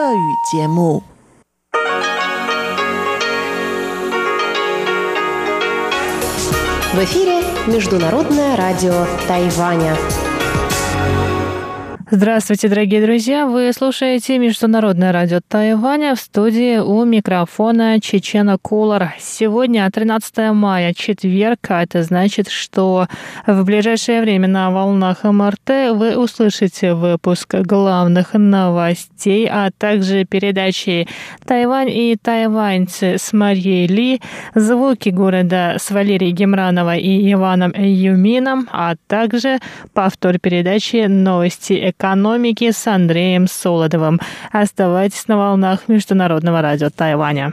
节目。 В эфире Международное радио Тайваня. Здравствуйте, дорогие друзья! Вы слушаете Международное радио Тайваня, в студии у микрофона Чечена Кулар. Сегодня 13 мая, четверг, а это значит, что в ближайшее время на волнах МРТ вы услышите выпуск главных новостей, а также передачи «Тайвань и тайваньцы» с Марьей Ли, «Звуки города» с Валерией Гемрановой и Иваном Юмином, а также повтор передачи «Новости экономики» с Андреем Солодовым. Оставайтесь на волнах Международного радио Тайваня.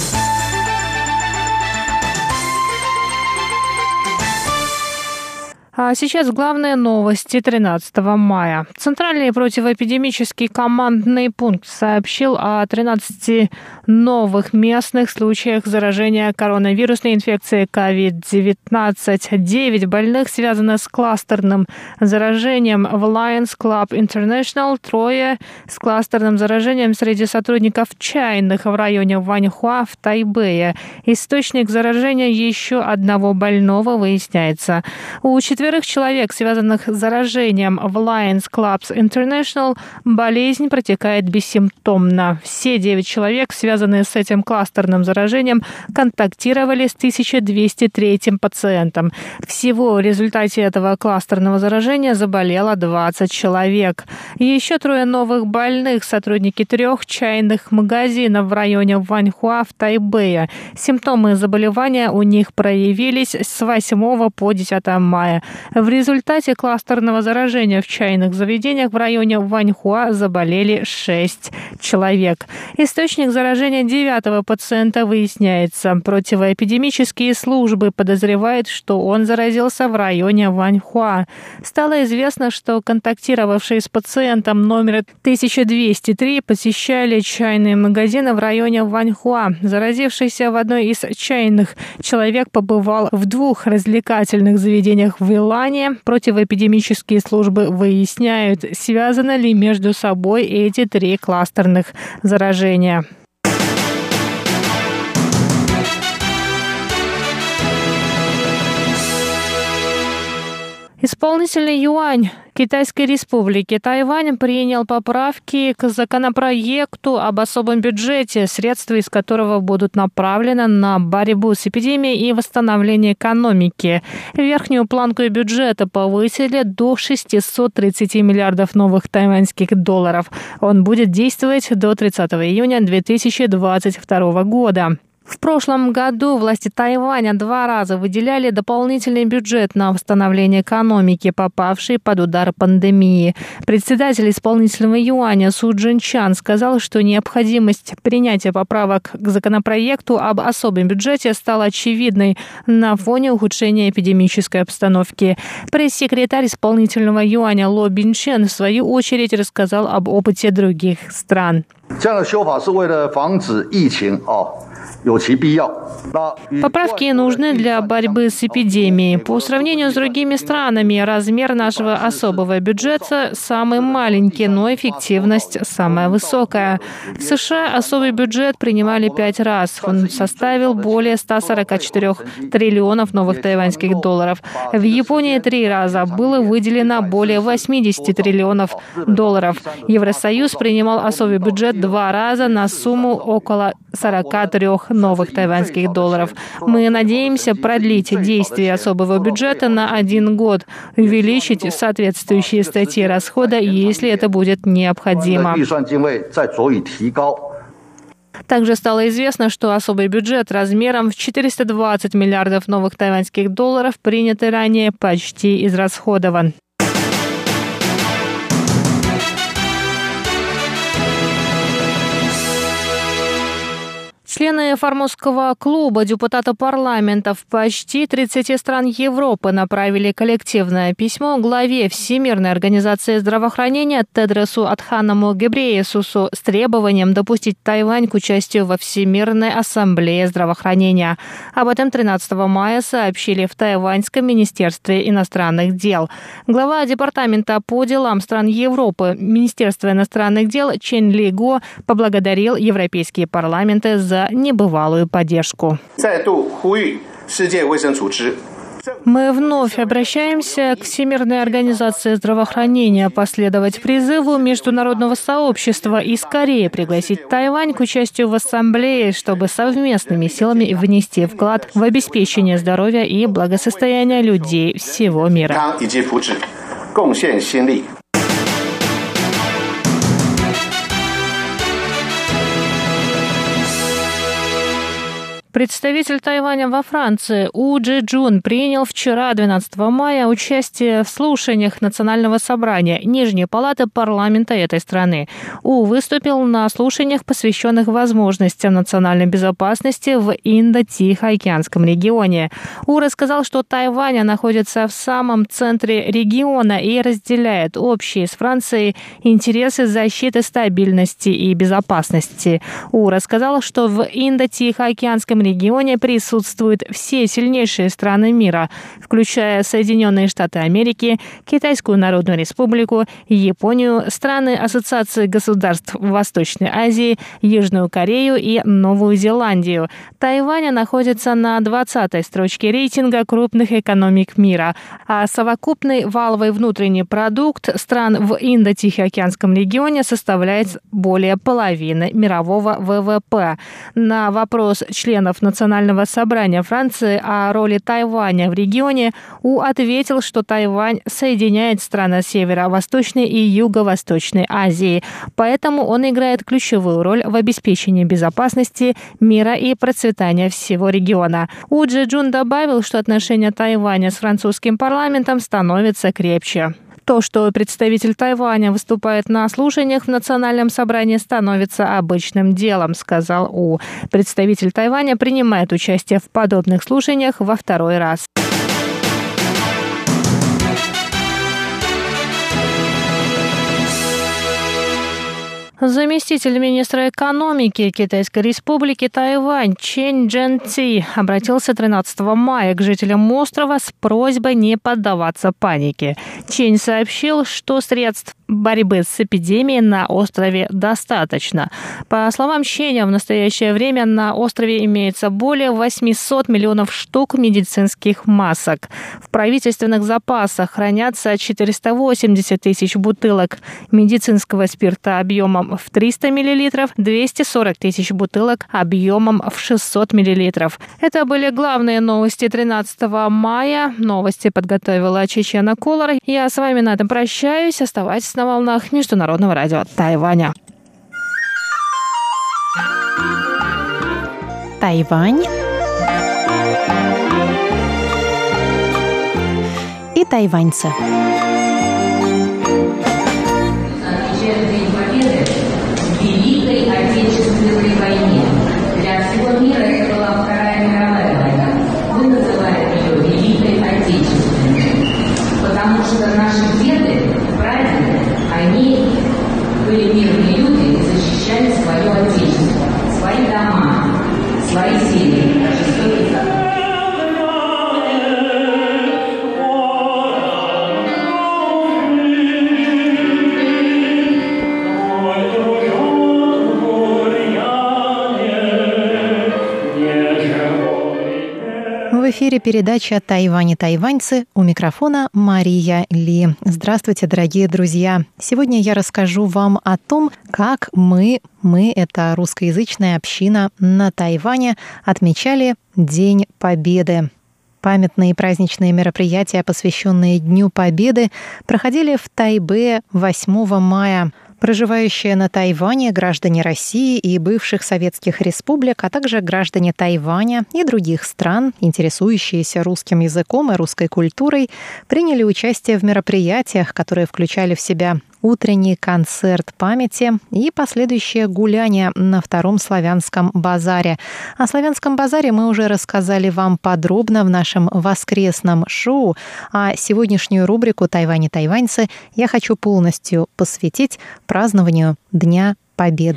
А сейчас главные новости 13 мая. Центральный противоэпидемический командный пункт сообщил о 13 новых местных случаях заражения коронавирусной инфекцией COVID-19. 9 больных связаны с кластерным заражением в Lions Club International, 3 с кластерным заражением среди сотрудников чайных в районе Ваньхуа в Тайбэе. Источник заражения еще одного больного выясняется. У 4 человек, связанных с заражением в Lions Clubs International, болезнь протекает бессимптомно. Все 9 человек, связанные с этим кластерным заражением, контактировали с 1203 пациентом. Всего в результате этого кластерного заражения заболело 20 человек. Еще 3 новых больных, сотрудники 3 чайных магазинов в районе Ваньхуа в Тайбэе. Симптомы заболевания у них проявились с 8 по 10 мая. В результате кластерного заражения в чайных заведениях в районе Ваньхуа заболели 6 человек. Источник заражения 9-го пациента выясняется. Противоэпидемические службы подозревают, что он заразился в районе Ваньхуа. Стало известно, что контактировавшие с пациентом номер 1203 посещали чайные магазины в районе Ваньхуа. Заразившийся в одной из чайных человек побывал в 2 развлекательных заведениях в Илане. Противоэпидемические службы выясняют, связаны ли между собой эти 3 кластерных заражения. Исполнительный юань Китайской Республики Тайвань принял поправки к законопроекту об особом бюджете, средства из которого будут направлены на борьбу с эпидемией и восстановление экономики. Верхнюю планку бюджета повысили до 630 миллиардов новых тайваньских долларов. Он будет действовать до 30 июня 2022 года. В прошлом году власти Тайваня 2 раза выделяли дополнительный бюджет на восстановление экономики, попавшей под удар пандемии. Председатель исполнительного юаня Су Джинчан сказал, что необходимость принятия поправок к законопроекту об особом бюджете стала очевидной на фоне ухудшения эпидемической обстановки. Пресс-секретарь исполнительного юаня Ло Бинчен в свою очередь рассказал об опыте других стран. Поправки нужны для борьбы с эпидемией. По сравнению с другими странами, размер нашего особого бюджета самый маленький, но эффективность самая высокая. В США особый бюджет принимали 5 раз. Он составил более 144 триллионов новых тайваньских долларов. В Японии 3 раза было выделено более 80 триллионов долларов. Евросоюз принимал особый бюджет 2 раза на сумму около 43 новых тайваньских долларов. Мы надеемся продлить действие особого бюджета на 1 год, увеличить соответствующие статьи расхода, если это будет необходимо. Также стало известно, что особый бюджет размером в 420 миллиардов новых тайваньских долларов, принятый ранее, почти израсходован. Члены Формозского клуба депутатов парламентов почти 30 стран Европы направили коллективное письмо главе Всемирной организации здравоохранения Тедросу Адханому Гебрейесусу с требованием допустить Тайвань к участию во Всемирной ассамблее здравоохранения. Об этом 13 мая сообщили в Тайваньском министерстве иностранных дел. Глава департамента по делам стран Европы Министерства иностранных дел Чен Ли Го поблагодарил европейские парламенты за небывалую поддержку. Мы вновь обращаемся к Всемирной организации здравоохранения последовать призыву международного сообщества и скорее пригласить Тайвань к участию в ассамблее, чтобы совместными силами внести вклад в обеспечение здоровья и благосостояния людей всего мира. Представитель Тайваня во Франции У Джи-джун принял вчера, 12 мая, участие в слушаниях Национального собрания Нижней палаты парламента этой страны. У выступил на слушаниях, посвященных возможностям национальной безопасности в Индо-Тихоокеанском регионе. У рассказал, что Тайвань находится в самом центре региона и разделяет общие с Францией интересы защиты стабильности и безопасности. У рассказал, что в Индо-Тихоокеанском регионе присутствуют все сильнейшие страны мира, включая Соединенные Штаты Америки, Китайскую Народную Республику, Японию, страны Ассоциации государств Восточной Азии, Южную Корею и Новую Зеландию. Тайвань находится на 20-й строчке рейтинга крупных экономик мира, а совокупный валовый внутренний продукт стран в Индо-Тихоокеанском регионе составляет более половины мирового ВВП. На вопрос членов Национального собрания Франции о роли Тайваня в регионе У ответил, что Тайвань соединяет страны Северо-Восточной и Юго-Восточной Азии, поэтому он играет ключевую роль в обеспечении безопасности, мира и процветания всего региона. У Джи-джун добавил, что отношения Тайваня с французским парламентом становятся крепче. То, что представитель Тайваня выступает на слушаниях в Национальном собрании, становится обычным делом, сказал У. Представитель Тайваня принимает участие в подобных слушаниях во второй раз. Заместитель министра экономики Китайской республики Тайвань Чен Чжэньци обратился 13 мая к жителям острова с просьбой не поддаваться панике. Чен сообщил, что средств борьбы с эпидемией на острове достаточно. По словам Ченя, в настоящее время на острове имеется более 800 миллионов штук медицинских масок. В правительственных запасах хранятся 480 тысяч бутылок медицинского спирта объемом в 300 мл, 240 тысяч бутылок объемом в 600 мл. Это были главные новости 13 мая. Новости подготовила Чечена Колор. Я с вами на этом прощаюсь. Оставайтесь на волнах Международного радио Тайваня. Тайвань и тайваньцы. Великой Отечественной войне. Для всего мира это была Вторая мировая война. Мы называем ее Великой Отечественной. Потому что наши деды, прадеды, они были мирные люди и защищали свое Отечество, свои дома, свои семьи от жестоких законов. В эфире передача «Тайвань и тайваньцы», у микрофона Мария Ли. Здравствуйте, дорогие друзья! Сегодня я расскажу вам о том, как мы, это русскоязычная община на Тайване, отмечали День Победы. Памятные праздничные мероприятия, посвященные Дню Победы, проходили в Тайбе 8 мая. Проживающие на Тайване граждане России и бывших советских республик, а также граждане Тайваня и других стран, интересующиеся русским языком и русской культурой, приняли участие в мероприятиях, которые включали в себя утренний концерт памяти и последующее гуляние на втором славянском базаре. О славянском базаре мы уже рассказали вам подробно в нашем воскресном шоу, а сегодняшнюю рубрику «Тайвань и тайваньцы» я хочу полностью посвятить празднованию Дня Победы.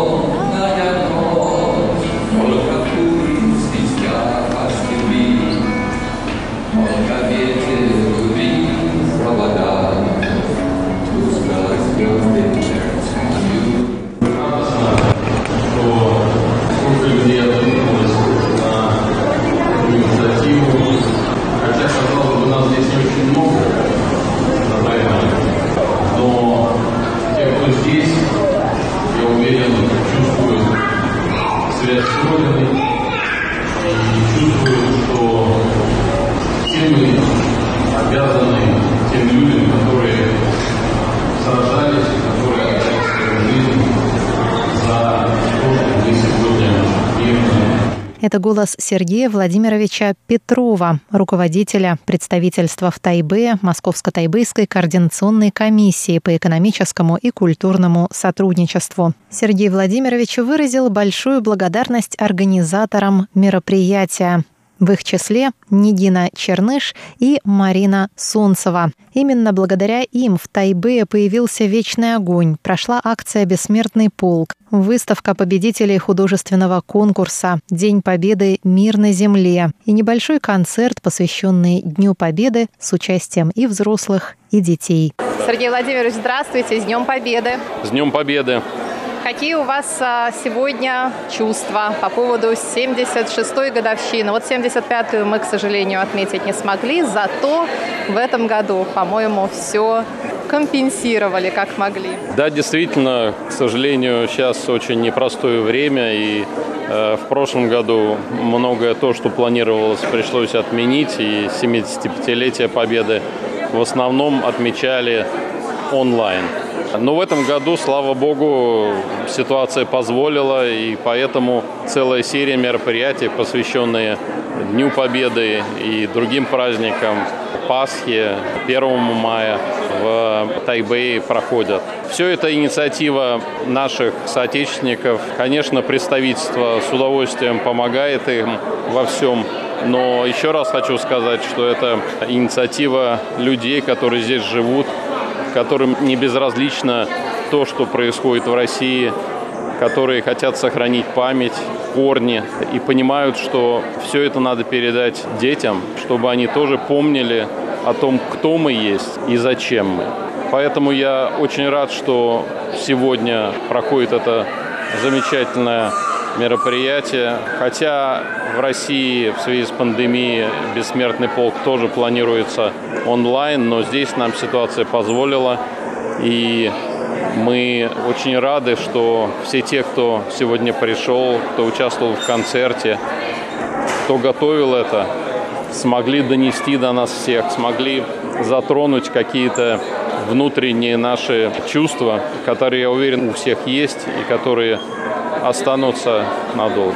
Это голос Сергея Владимировича Петрова, руководителя представительства в Тайбе Московско-Тайбэйской координационной комиссии по экономическому и культурному сотрудничеству. Сергей Владимирович выразил большую благодарность организаторам мероприятия. В их числе Нигина Черныш и Марина Солнцева. Именно благодаря им в Тайбе появился «Вечный огонь», прошла акция «Бессмертный полк», выставка победителей художественного конкурса «День Победы. Мир на земле» и небольшой концерт, посвященный Дню Победы с участием и взрослых, и детей. Сергей Владимирович, здравствуйте, с Днем Победы! С Днем Победы! Какие у вас сегодня чувства по поводу 76-й годовщины? Вот 75-ю мы, к сожалению, отметить не смогли, зато в этом году, по-моему, все компенсировали как могли. Да, действительно, к сожалению, сейчас очень непростое время, и в прошлом году многое то, что планировалось, пришлось отменить, и 75-летие Победы в основном отмечали онлайн. Но в этом году, слава богу, ситуация позволила, и поэтому целая серия мероприятий, посвященные Дню Победы и другим праздникам, Пасхе, 1 мая в Тайбэе проходят. Все это инициатива наших соотечественников. Конечно, представительство с удовольствием помогает им во всем. Но еще раз хочу сказать, что это инициатива людей, которые здесь живут, которым не безразлично то, что происходит в России, которые хотят сохранить память, корни и понимают, что все это надо передать детям, чтобы они тоже помнили о том, кто мы есть и зачем мы. Поэтому я очень рад, что сегодня проходит это замечательное мероприятие. Хотя в России в связи с пандемией «Бессмертный полк» тоже планируется онлайн, но здесь нам ситуация позволила. И мы очень рады, что все те, кто сегодня пришел, кто участвовал в концерте, кто готовил это, смогли донести до нас всех, смогли затронуть какие-то внутренние наши чувства, которые, я уверен, у всех есть и которые останутся надолго.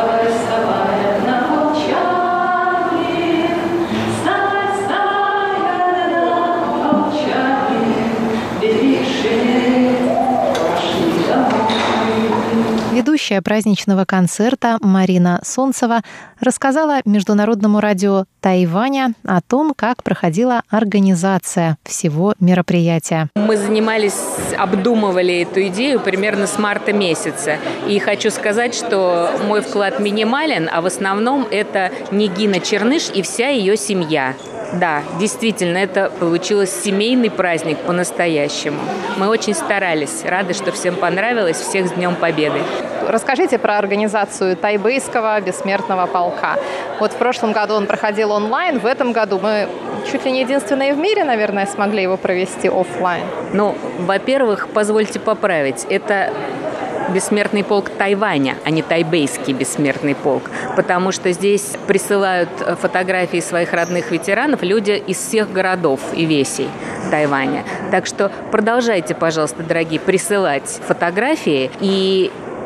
Ведущая праздничного концерта Марина Солнцева рассказала Международному радио Тайваня о том, как проходила организация всего мероприятия. Мы обдумывали эту идею примерно с марта месяца. И хочу сказать, что мой вклад минимален, а в основном это Нигина Черныш и вся ее семья. Да, действительно, это получился семейный праздник по-настоящему. Мы очень старались, рады, что всем понравилось. Всех с Днем Победы. Расскажите про организацию Тайбэйского бессмертного полка. Вот в прошлом году он проходил онлайн, в этом году мы чуть ли не единственные в мире, наверное, смогли его провести офлайн. Ну, во-первых, позвольте поправить, это Бессмертный полк Тайваня, а не Тайбэйский бессмертный полк, потому что здесь присылают фотографии своих родных ветеранов люди из всех городов и весей Тайваня. Так что продолжайте, пожалуйста, дорогие, присылать фотографии, и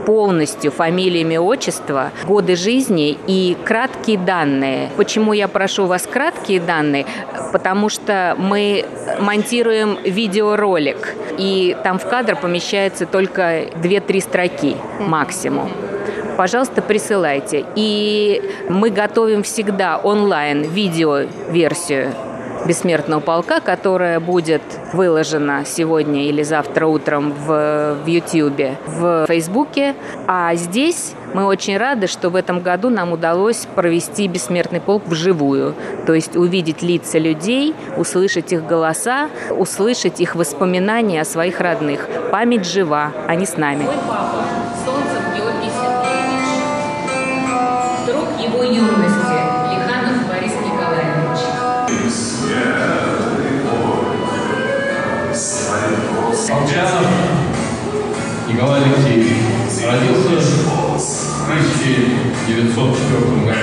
полностью фамилия, имя, отчество, годы жизни и краткие данные. Почему я прошу вас краткие данные? Потому что мы монтируем видеоролик, и там в кадр помещается только 2-3 строки максимум. Пожалуйста, присылайте. И мы готовим всегда онлайн видео-версию «Бессмертного полка», которая будет выложена сегодня или завтра утром в YouTube, в Фейсбуке. А здесь мы очень рады, что в этом году нам удалось провести «Бессмертный полк» вживую. То есть увидеть лица людей, услышать их голоса, услышать их воспоминания о своих родных. Память жива, они с нами. Мой папа, Солнцев Георгий Сергеевич, друг его юности, Лиханов Борис Николаевич. Молчанов Николай Алексеевич родился в 1904 году.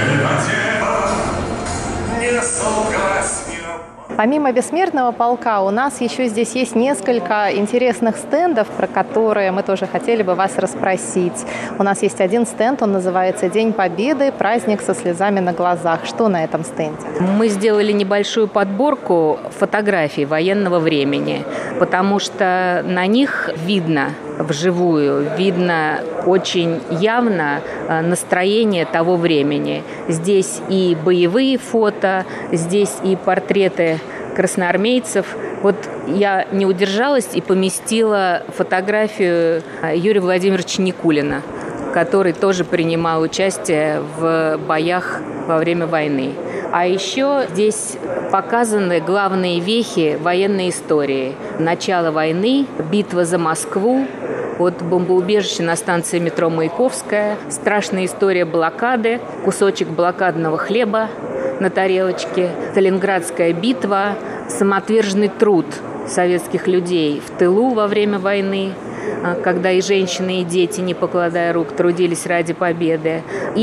Помимо «Бессмертного полка» у нас еще здесь есть несколько интересных стендов, про которые мы тоже хотели бы вас расспросить. У нас есть один стенд, он называется «День Победы. Праздник со слезами на глазах». Что на этом стенде? Мы сделали небольшую подборку фотографий военного времени, потому что на них видно вживую, видно очень явно настроение того времени. Здесь и боевые фото, здесь и портреты красноармейцев. Вот я не удержалась и поместила фотографию Юрия Владимировича Никулина, который тоже принимал участие в боях во время войны. А еще здесь показаны главные вехи военной истории. Начало войны, битва за Москву, от бомбоубежища на станции метро Маяковская, страшная история блокады, кусочек блокадного хлеба на тарелочке, Сталинградская битва, самоотверженный труд советских людей в тылу во время войны, когда и женщины, и дети, не покладая рук, трудились ради победы.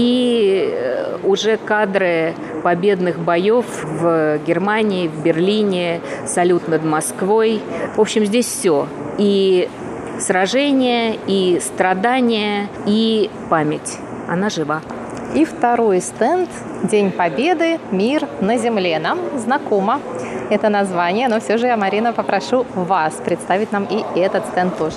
И уже кадры победных боев в Германии, в Берлине, салют над Москвой. В общем, здесь все. И сражения, и страдания, и память. Она жива. И второй стенд «День Победы. Мир на земле». Нам знакомо это название, но все же я, Марина, попрошу вас представить нам и этот стенд тоже.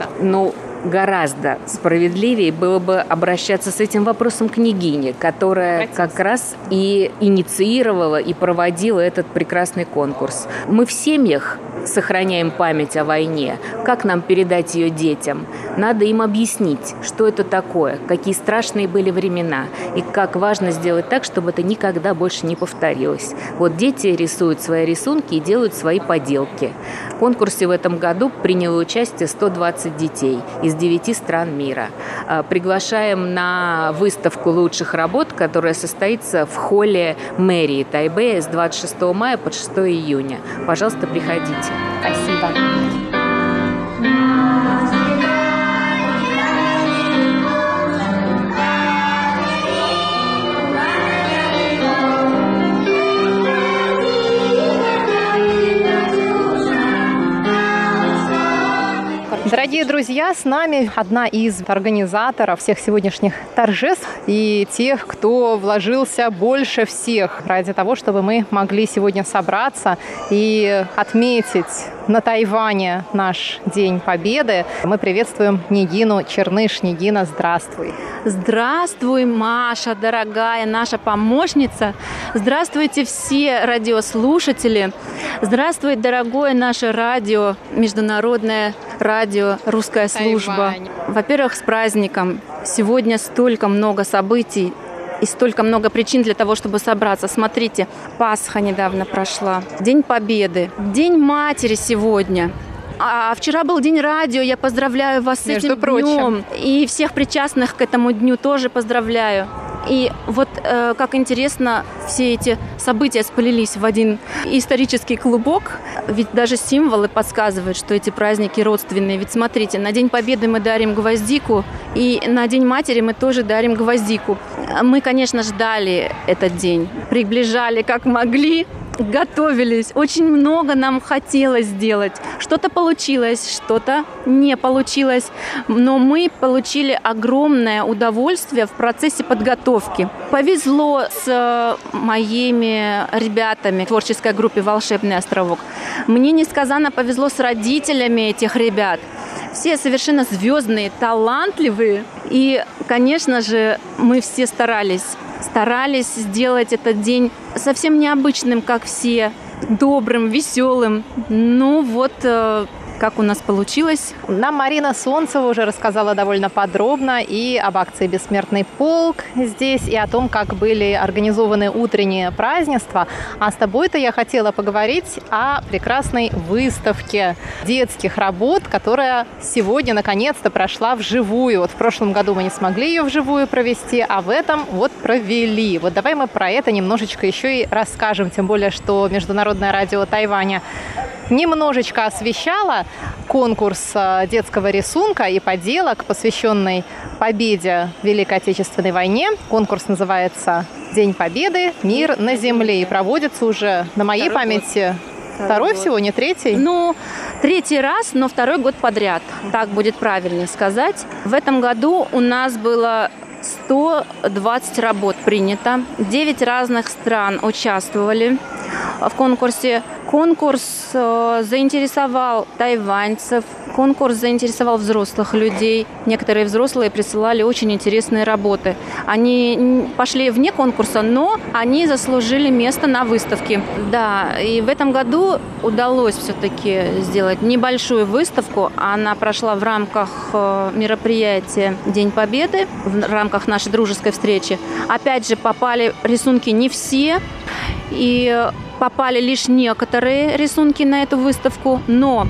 Гораздо справедливее было бы обращаться с этим вопросом к княгине, которая как раз и инициировала, и проводила этот прекрасный конкурс. Мы в семьях сохраняем память о войне. Как нам передать ее детям? Надо им объяснить, что это такое, какие страшные были времена, и как важно сделать так, чтобы это никогда больше не повторилось. Вот дети рисуют свои рисунки и делают свои поделки. В конкурсе в этом году приняло участие 120 детей из 9 стран мира. Приглашаем на выставку лучших работ, которая состоится в холле мэрии Тайбэя с 26 мая по 6 июня. Пожалуйста, приходите. Спасибо. Дорогие друзья, с нами одна из организаторов всех сегодняшних торжеств и тех, кто вложился больше всех ради того, чтобы мы могли сегодня собраться и отметить на Тайване наш День Победы. Мы приветствуем Нигину Черныш. Нигина, здравствуй. Здравствуй, Маша, дорогая наша помощница. Здравствуйте все радиослушатели. Здравствуй, дорогое наше радио, международное радио «Русская служба». Тайвань. Во-первых, с праздником. Сегодня столько много событий и столько много причин для того, чтобы собраться. Смотрите, Пасха недавно прошла, День Победы, День матери сегодня. А вчера был День радио, я поздравляю вас с этим днем. И всех причастных к этому дню тоже поздравляю. И вот как интересно, все эти события сплелись в один исторический клубок. Ведь даже символы подсказывают, что эти праздники родственные. Ведь смотрите, на День Победы мы дарим гвоздику, и на День матери мы тоже дарим гвоздику. Мы, конечно, ждали этот день, приближали как могли. готовились, очень много нам хотелось сделать. Что-то получилось, что-то не получилось, но мы получили огромное удовольствие в процессе подготовки. Повезло с моими ребятами в творческой группе «Волшебный островок». Мне несказанно повезло с родителями этих ребят. Все совершенно звездные, талантливые. И, конечно же, мы все старались сделать этот день совсем необычным, как все, добрым, веселым. Ну вот, как у нас получилось. Нам Марина Солнцева уже рассказала довольно подробно и об акции «Бессмертный полк» здесь, и о том, как были организованы утренние празднества. А с тобой-то я хотела поговорить о прекрасной выставке детских работ, которая сегодня наконец-то прошла вживую. Вот в прошлом году мы не смогли ее вживую провести, а в этом вот провели. Вот давай мы про это немножечко еще и расскажем, тем более, что Международное радио Тайваня немножечко освещала конкурс детского рисунка и поделок, посвященный победе в Великой Отечественной войне. Конкурс называется «День Победы. Мир на земле» и проводится уже, на моей памяти, второй всего, не третий? Ну, третий раз, но второй год подряд. Так будет правильнее сказать. В этом году у нас было 120 работ принято. 9 разных стран участвовали в конкурсе. Конкурс заинтересовал тайваньцев, конкурс заинтересовал взрослых людей. Некоторые взрослые присылали очень интересные работы. Они пошли вне конкурса, но они заслужили место на выставке. Да, и в этом году удалось все-таки сделать небольшую выставку. Она прошла в рамках мероприятия «День Победы», в рамках нашей дружеской встречи. Опять же, попали рисунки не все, и попали лишь некоторые рисунки на эту выставку, но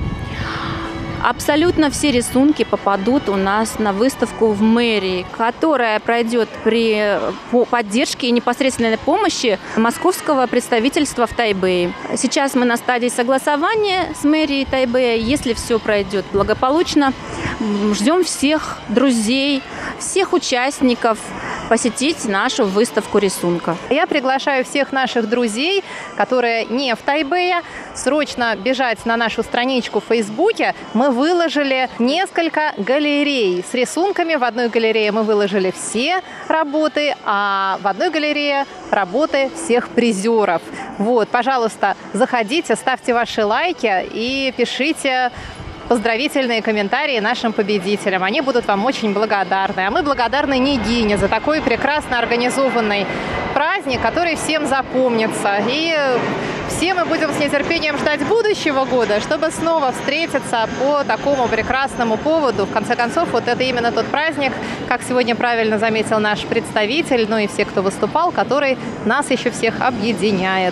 абсолютно все рисунки попадут у нас на выставку в мэрии, которая пройдет при поддержке и непосредственной помощи московского представительства в Тайбэе. Сейчас мы на стадии согласования с мэрией Тайбэя. Если все пройдет благополучно, ждем всех друзей, всех участников посетить нашу выставку рисунка. Я приглашаю всех наших друзей, которые не в Тайбэе, срочно бежать на нашу страничку в Фейсбуке. Мы выложили несколько галерей с рисунками. В одной галерее мы выложили все работы, а в одной галерее работы всех призеров. Вот, пожалуйста, заходите, ставьте ваши лайки и пишите поздравительные комментарии нашим победителям. Они будут вам очень благодарны. А мы благодарны Нигине за такой прекрасно организованный праздник, который всем запомнится. И все мы будем с нетерпением ждать будущего года, чтобы снова встретиться по такому прекрасному поводу. В конце концов, вот это именно тот праздник, как сегодня правильно заметил наш представитель, ну и все, кто выступал, который нас еще всех объединяет.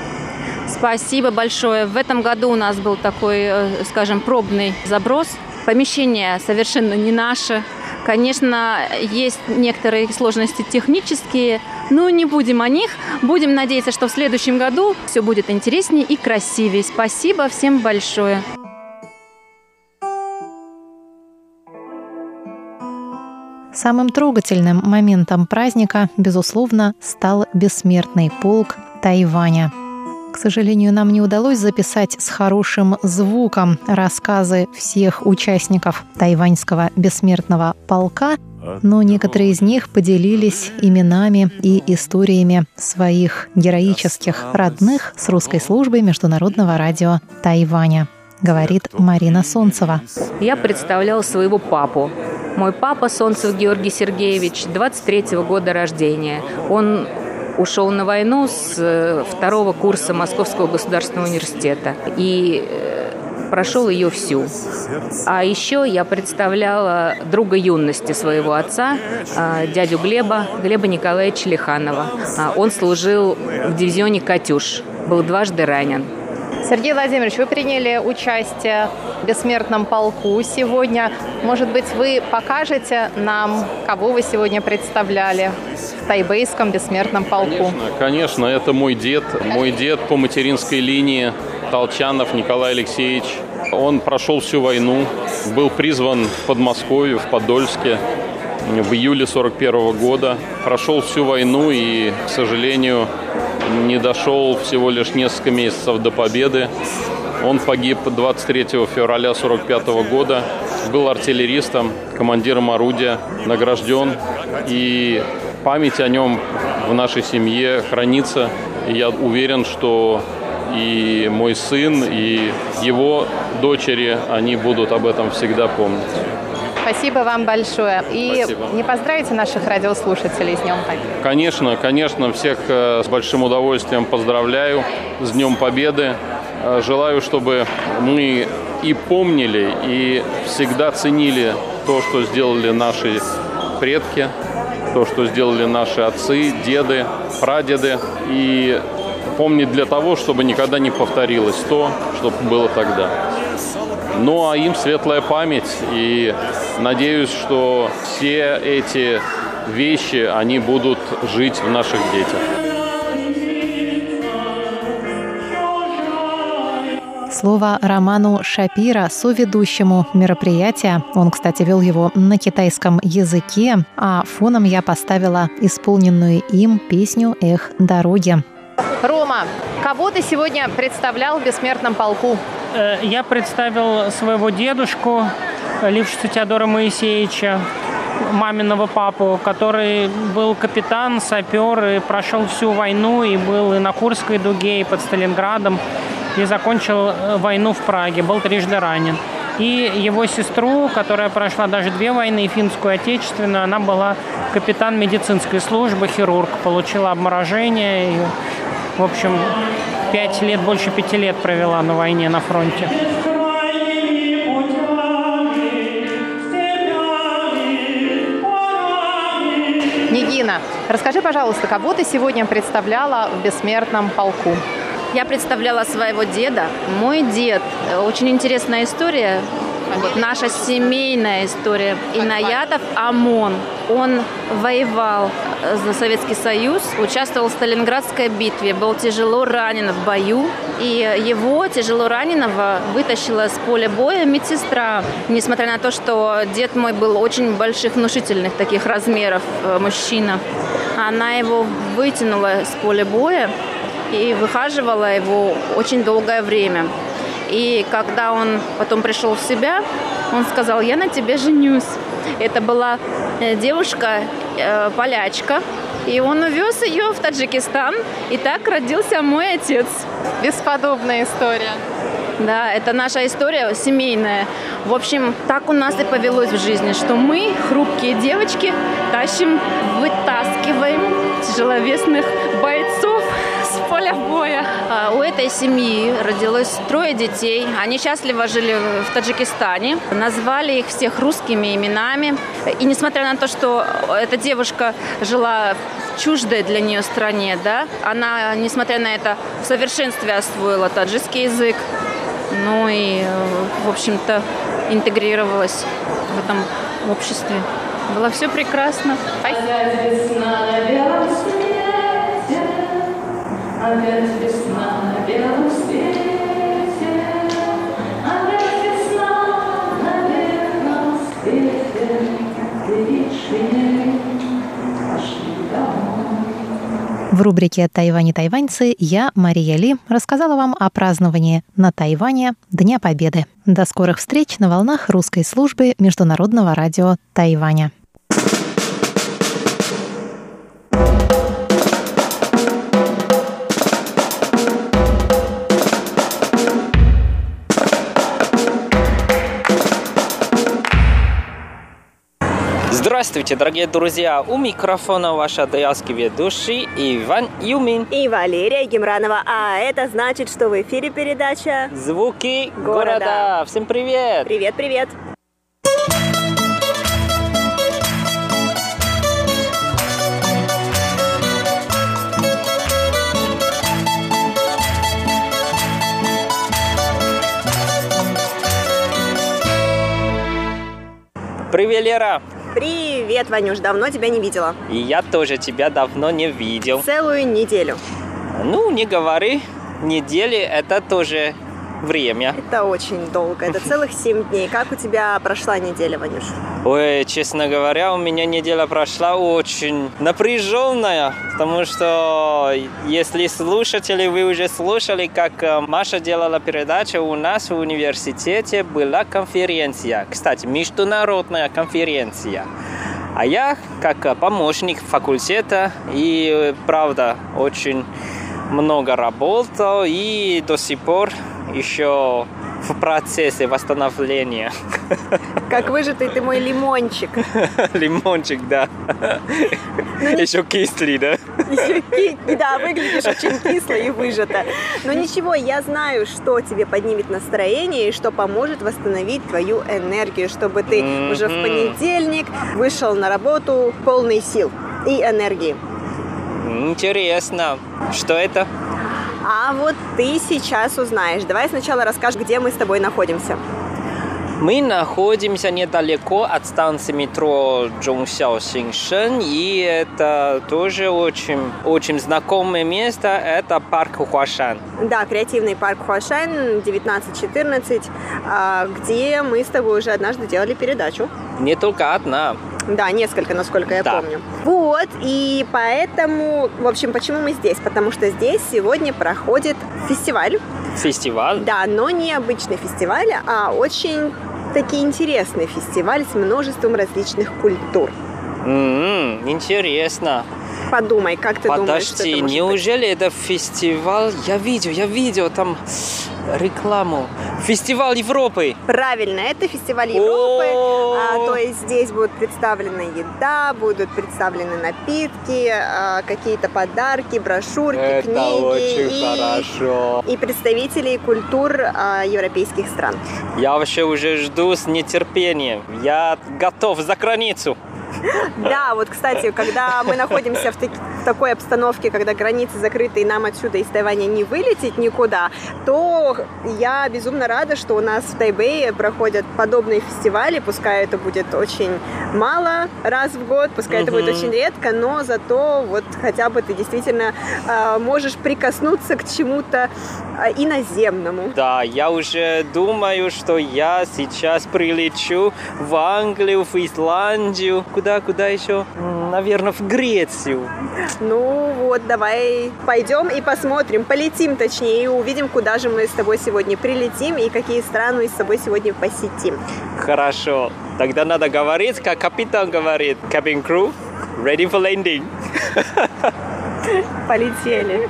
Спасибо большое. В этом году у нас был такой, скажем, пробный заброс. Помещение совершенно не наше. Конечно, есть некоторые сложности технические, но не будем о них. Будем надеяться, что в следующем году все будет интереснее и красивее. Спасибо всем большое. Самым трогательным моментом праздника, безусловно, стал бессмертный полк Тайваня. К сожалению, нам не удалось записать с хорошим звуком рассказы всех участников тайваньского бессмертного полка, но некоторые из них поделились именами и историями своих героических родных с русской службой Международного радио Тайваня, говорит Марина Солнцева. Я представляла своего папу. Мой папа Солнцев Георгий Сергеевич, 23-го года рождения. Он ушел на войну с второго курса Московского государственного университета и прошел ее всю. А еще я представляла друга юности своего отца, дядю Глеба Николаевича Лиханова. Он служил в дивизионе «Катюш», был дважды ранен. Сергей Владимирович, вы приняли участие в бессмертном полку сегодня. Может быть, вы покажете нам, кого вы сегодня представляли в тайбэйском бессмертном полку? Конечно, это мой дед по материнской линии, Толчанов Николай Алексеевич. Он прошел всю войну, был призван в Подмосковье, в Подольске. в июле 1941 года. Прошел всю войну и, к сожалению, не дошел всего лишь несколько месяцев до победы. Он погиб 23 февраля 1945 года. Был артиллеристом, командиром орудия, награжден. И память о нем в нашей семье хранится. И я уверен, что и мой сын, и его дочери, они будут об этом всегда помнить. Спасибо вам большое. И Спасибо. не поздравите наших радиослушателей с Днем Победы? Конечно, всех с большим удовольствием поздравляю с Днем Победы. Желаю, чтобы мы и помнили, и всегда ценили то, что сделали наши предки, то, что сделали наши отцы, деды, прадеды. И помнить для того, чтобы никогда не повторилось то, что было тогда. Ну, а им светлая память. И надеюсь, что все эти вещи, они будут жить в наших детях. Слово Роману Шапира, соведущему мероприятия. Он, кстати, вел его на китайском языке, а фоном я поставила исполненную им песню «Эх, дороги». Рома, кого ты сегодня представлял в бессмертном полку? Я представил своего дедушку Лившица Теодора Моисеевича, маминого папу, который был капитан, сапер и прошел всю войну, и был и на Курской дуге, и под Сталинградом, и закончил войну в Праге, был трижды ранен. И его сестру, которая прошла даже 2 войны, финскую и отечественную, она была капитан медицинской службы, хирург, получила обморожение и, в общем, 5 лет, больше 5 лет провела на войне на фронте. Нигина, расскажи, пожалуйста, кого ты сегодня представляла в бессмертном полку? Я представляла своего деда. Мой дед. Очень интересная история. Наша семейная история. Инаятов Амон. Он воевал за Советский Союз, участвовал в Сталинградской битве, был тяжело ранен в бою. И его, тяжело раненого, вытащила с поля боя медсестра. Несмотря на то, что дед мой был очень больших, внушительных таких размеров мужчина. Она его вытянула с поля боя и выхаживала его очень долгое время. И когда он потом пришел в себя, он сказал: «Я на тебе женюсь». Это была девушка, полячка, и он увез ее в Таджикистан, и так родился мой отец. Бесподобная история. Да, это наша история семейная. В общем, так у нас и повелось в жизни, что мы, хрупкие девочки, тащим, вытаскиваем тяжеловесных бойцов с поля боя. У этой семьи родилось 3 детей. Они счастливо жили в Таджикистане. Назвали их всех русскими именами. И несмотря на то, что эта девушка жила в чуждой для нее стране, да, она, несмотря на это, в совершенстве освоила таджикский язык. Ну и, в общем-то, интегрировалась в этом обществе. Было все прекрасно. Опять весна на белом свете, опять весна на белом свете, опять весна на белом свете, ты видишь меня, пошли домой. В рубрике «Тайвань и тайваньцы» я, Мария Ли, рассказала вам о праздновании на Тайване Дня Победы. До скорых встреч на волнах русской службы Международного радио Тайваня. Здравствуйте, дорогие друзья! У микрофона ваш адаялский ведущий Иван Юмин и Валерия Гемранова. А это значит, что в эфире передача «Звуки города». Всем привет! Привет, привет! Привет, Лера! Привет, Ванюш, давно тебя не видела. И я тоже тебя давно не видел. Целую неделю. Ну, не говори. Недели это тоже время. Это очень долго, это целых 7 дней. Как у тебя прошла неделя, Ванюш? Ой, честно говоря, у меня неделя прошла очень напряженная, потому что если слушатели, вы уже слушали, как Маша делала передачу, у нас в университете была конференция, кстати, международная конференция. А я, как помощник факультета, и правда, очень много работал, и до сих пор еще в процессе восстановления. Как выжатый ты мой лимончик. Лимончик, да. Еще кислый, да? Да, выглядишь очень кисло и выжато. Но ничего, я знаю, что тебе поднимет настроение и что поможет восстановить твою энергию, чтобы ты уже в понедельник вышел на работу полный сил и энергии. Интересно. Что это? А вот ты сейчас узнаешь. Давай сначала расскажешь, где мы с тобой находимся. Мы находимся недалеко от станции метро Чжоngsяо-Синшэн, и это тоже очень знакомое место, это парк Хуашань. Да, креативный парк Хуашань, 1914, где мы с тобой уже однажды делали передачу. Не только одна. Да, несколько, насколько я помню. Вот, и поэтому, в общем, почему мы здесь? Потому что здесь сегодня проходит фестиваль. Фестиваль? Да, но не обычный фестиваль, а очень таки интересный фестиваль с множеством различных культур. Интересно. Подумай, как ты думаешь, что Подожди, это может неужели это фестиваль? Я видел там рекламу. Фестиваль Европы. Правильно, это фестиваль Европы. То есть здесь будет представлена еда, будут представлены напитки, какие-то подарки, брошюрки, это книги. Очень хорошо. И представители культур европейских стран. Я вообще уже жду с нетерпением. Я готов за границу. Да, вот, кстати, когда мы находимся в такой обстановке, когда границы закрыты и нам отсюда из Тайваня не вылететь никуда, то я безумно рада, что у нас в Тайбэе проходят подобные фестивали. Пускай это будет очень мало раз в год, пускай это будет очень редко, но зато вот хотя бы ты действительно можешь прикоснуться к чему-то иноземному. Да, я уже думаю, что я сейчас прилечу в Англию, в Исландию, куда еще? Наверное, в Грецию. Ну вот, давай пойдем и посмотрим, полетим точнее, и увидим, куда же мы с тобой сегодня прилетим и какие страны с тобой сегодня посетим. Хорошо, тогда надо говорить, как капитан говорит. Cabin crew, ready for landing. Полетели.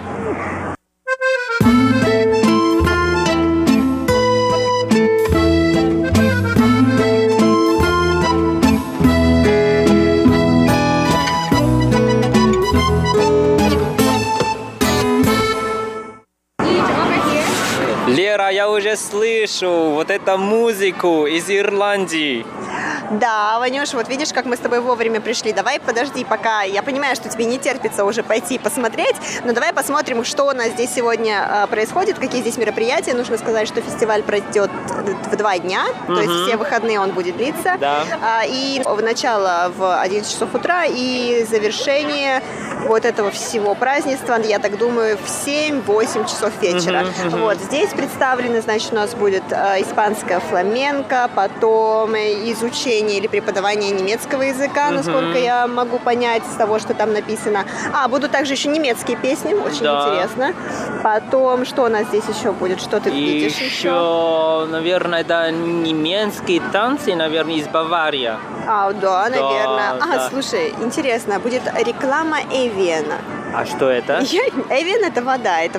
Лера, я уже слышу вот эту музыку из Ирландии. Да, Ванюш, вот видишь, как мы с тобой вовремя пришли. Давай подожди пока. Я понимаю, что тебе не терпится уже пойти посмотреть, но давай посмотрим, что у нас здесь сегодня происходит, какие здесь мероприятия. Нужно сказать, что фестиваль пройдет в 2 дня, то есть все выходные он будет длиться. Да. И в начало в 11 часов утра и завершение вот этого всего празднества, я так думаю, в 7-8 часов вечера. Вот здесь представлены, значит, у нас будет испанская фламенко, потом изучение или преподавание немецкого языка, насколько я могу понять из того, что там написано. Будут также еще немецкие песни, очень интересно. Потом, что у нас здесь еще будет? Что ты видишь еще? Наверное, это немецкие танцы, наверное, из Баварии. Да, наверное. Да. Слушай, интересно, будет реклама Эвиена. А что это? Эвиен — это вода, это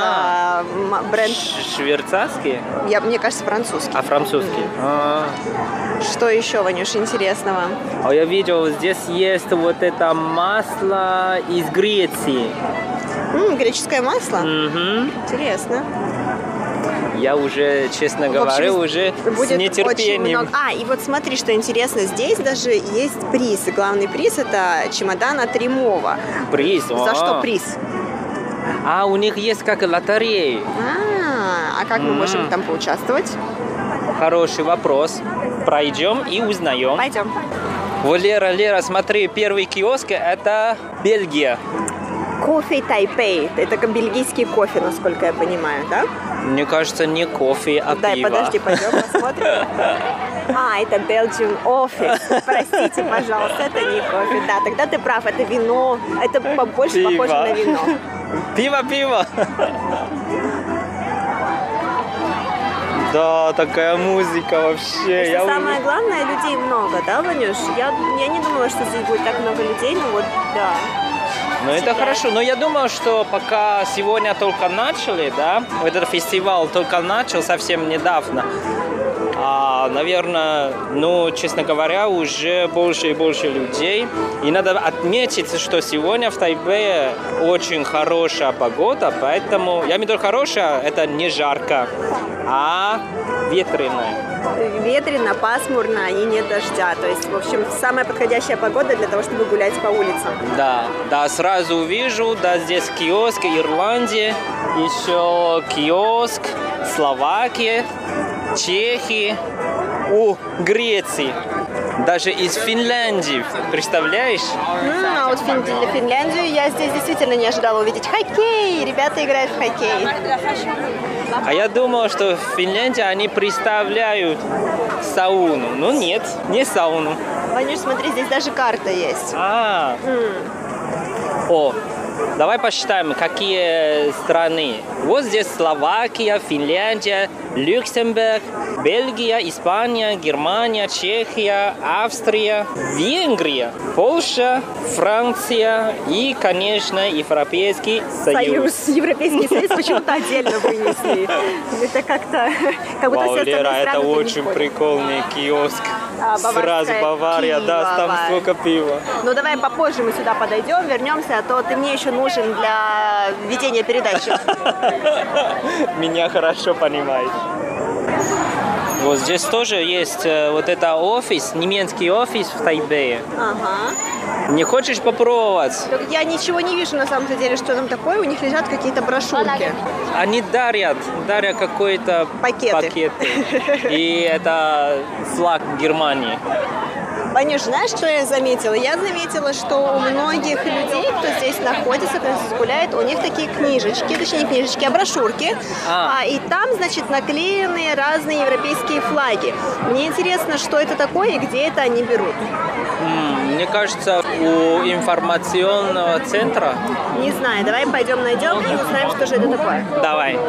бренд. Швейцарский? Мне кажется, французский. Французский. Что еще, Ванюш, интересного? Я видел, здесь есть вот это масло из Греции. Греческое масло? Интересно. Я уже, честно говоря, уже с нетерпением. И вот смотри, что интересно, здесь даже есть приз. И главный приз — это чемодан от Римова. Приз? За что приз? У них есть как лотереи. А как мы можем там поучаствовать? Хороший вопрос. Пройдем и узнаем. Пойдем. Вот, Лера, смотри, первый киоск — это Бельгия. Кофе Тайпей. Это как бельгийский кофе, насколько я понимаю, да? Мне кажется, не кофе, а Дай, пиво. подожди, пойдем посмотрим. А, это Belgian Office. Простите, пожалуйста, это не кофе. Да, тогда ты прав, это вино. Это больше Пиво. похоже на вино. Пиво. Да, такая музыка вообще. Что самое главное, людей много, да, Ванюш? Я не думала, что здесь будет так много людей, но вот, да. Ну, это хорошо. Но я думаю, что пока сегодня только начали, да, этот фестиваль только начал совсем недавно, наверное, честно говоря, уже больше и больше людей. И надо отметить, что сегодня в Тайбэе очень хорошая погода, поэтому, я имею в виду хорошая, это не жарко, а ветреная. Ветрено, пасмурно и нет дождя. То есть, в общем, самая подходящая погода для того, чтобы гулять по улицам. Да, сразу вижу, да, здесь киоск Ирландии, еще киоск Словакии, Чехии, Греции, даже из Финляндии, представляешь? А вот Финляндию я здесь действительно не ожидала увидеть. Хоккей! Ребята играют в хоккей. А я думал, что в Финляндии они представляют сауну. Ну нет, не сауну. Ванюш, смотри, здесь даже карта есть. Давай посчитаем, какие страны. Вот здесь Словакия, Финляндия, Люксембург, Бельгия, Испания, Германия, Чехия, Австрия, Венгрия, Польша, Франция и, конечно, Европейский Союз. Европейский Союз почему-то отдельно вынесли. Это как-то... Как будто все Лера, остальные это страны очень прикольный киоск. Сразу Бавария, пиво, да, там столько пива. Ну давай попозже мы сюда подойдем, вернемся, а то ты мне еще нужен для ведения передачи. Меня хорошо понимаешь. Вот здесь тоже есть вот это офис, немецкий офис в Тайбэе. Ага. Не хочешь попробовать? Так я ничего не вижу на самом деле, что там такое. У них лежат какие-то брошюрки. Они дарят какой-то пакеты. И это флаг Германии. Ванюш, знаешь, что я заметила? Я заметила, что у многих людей, кто здесь находится, кто здесь гуляет, у них такие книжечки, точнее не книжечки, а брошюрки. И там, значит, наклеены разные европейские флаги. Мне интересно, что это такое и где это они берут. Мне кажется, у информационного центра. Не знаю, давай пойдем найдем и узнаем, что же это такое. Давай.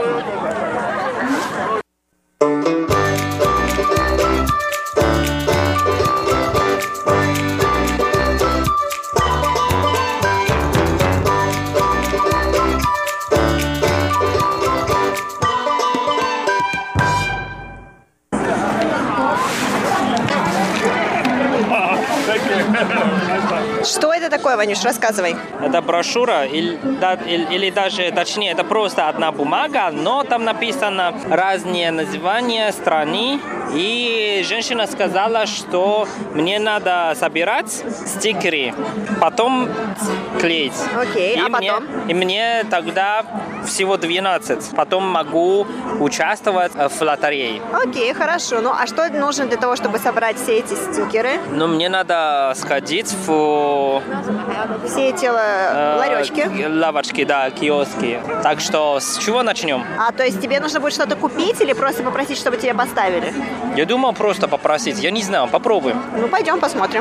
Что это такое, Ванюш? Рассказывай. Это брошюра, или даже, точнее, это просто одна бумага, но там написано разные названия страны. И женщина сказала, что мне надо собирать стикеры, потом клеить. Окей, а потом? И мне тогда всего 12. Потом могу участвовать в лотерее. Окей, хорошо. Ну, а что нужно для того, чтобы собрать все эти стикеры? Ну, мне надо сходить в... Все эти ларечки? Лавочки, да, киоски. Так что с чего начнем? То есть тебе нужно будет что-то купить или просто попросить, чтобы тебе поставили? Я думал просто попросить. Я не знаю, попробуем. Ну, пойдем посмотрим.